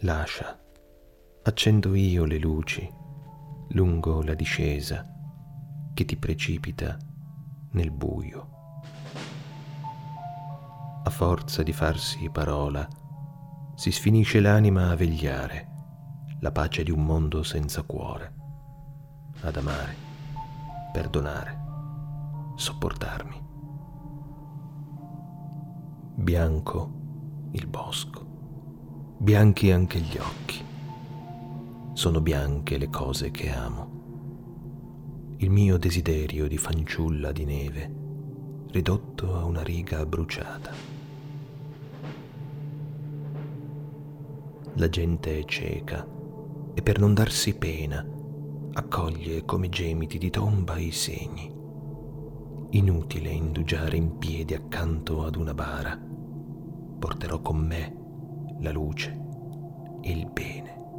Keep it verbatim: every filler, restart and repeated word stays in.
Lascia, accendo io le luci lungo la discesa che ti precipita nel buio. A forza di farsi parola, si sfinisce l'anima a vegliare la pace di un mondo senza cuore, ad amare, perdonare, sopportarmi. Bianco il bosco, bianchi anche gli occhi, sono bianche le cose che amo. Il mio desiderio di fanciulla di neve, ridotto a una riga bruciata. La gente è cieca e per non darsi pena accoglie come gemiti di tomba i segni. Inutile indugiare in piedi accanto ad una bara. Porterò con me la luce e il bene.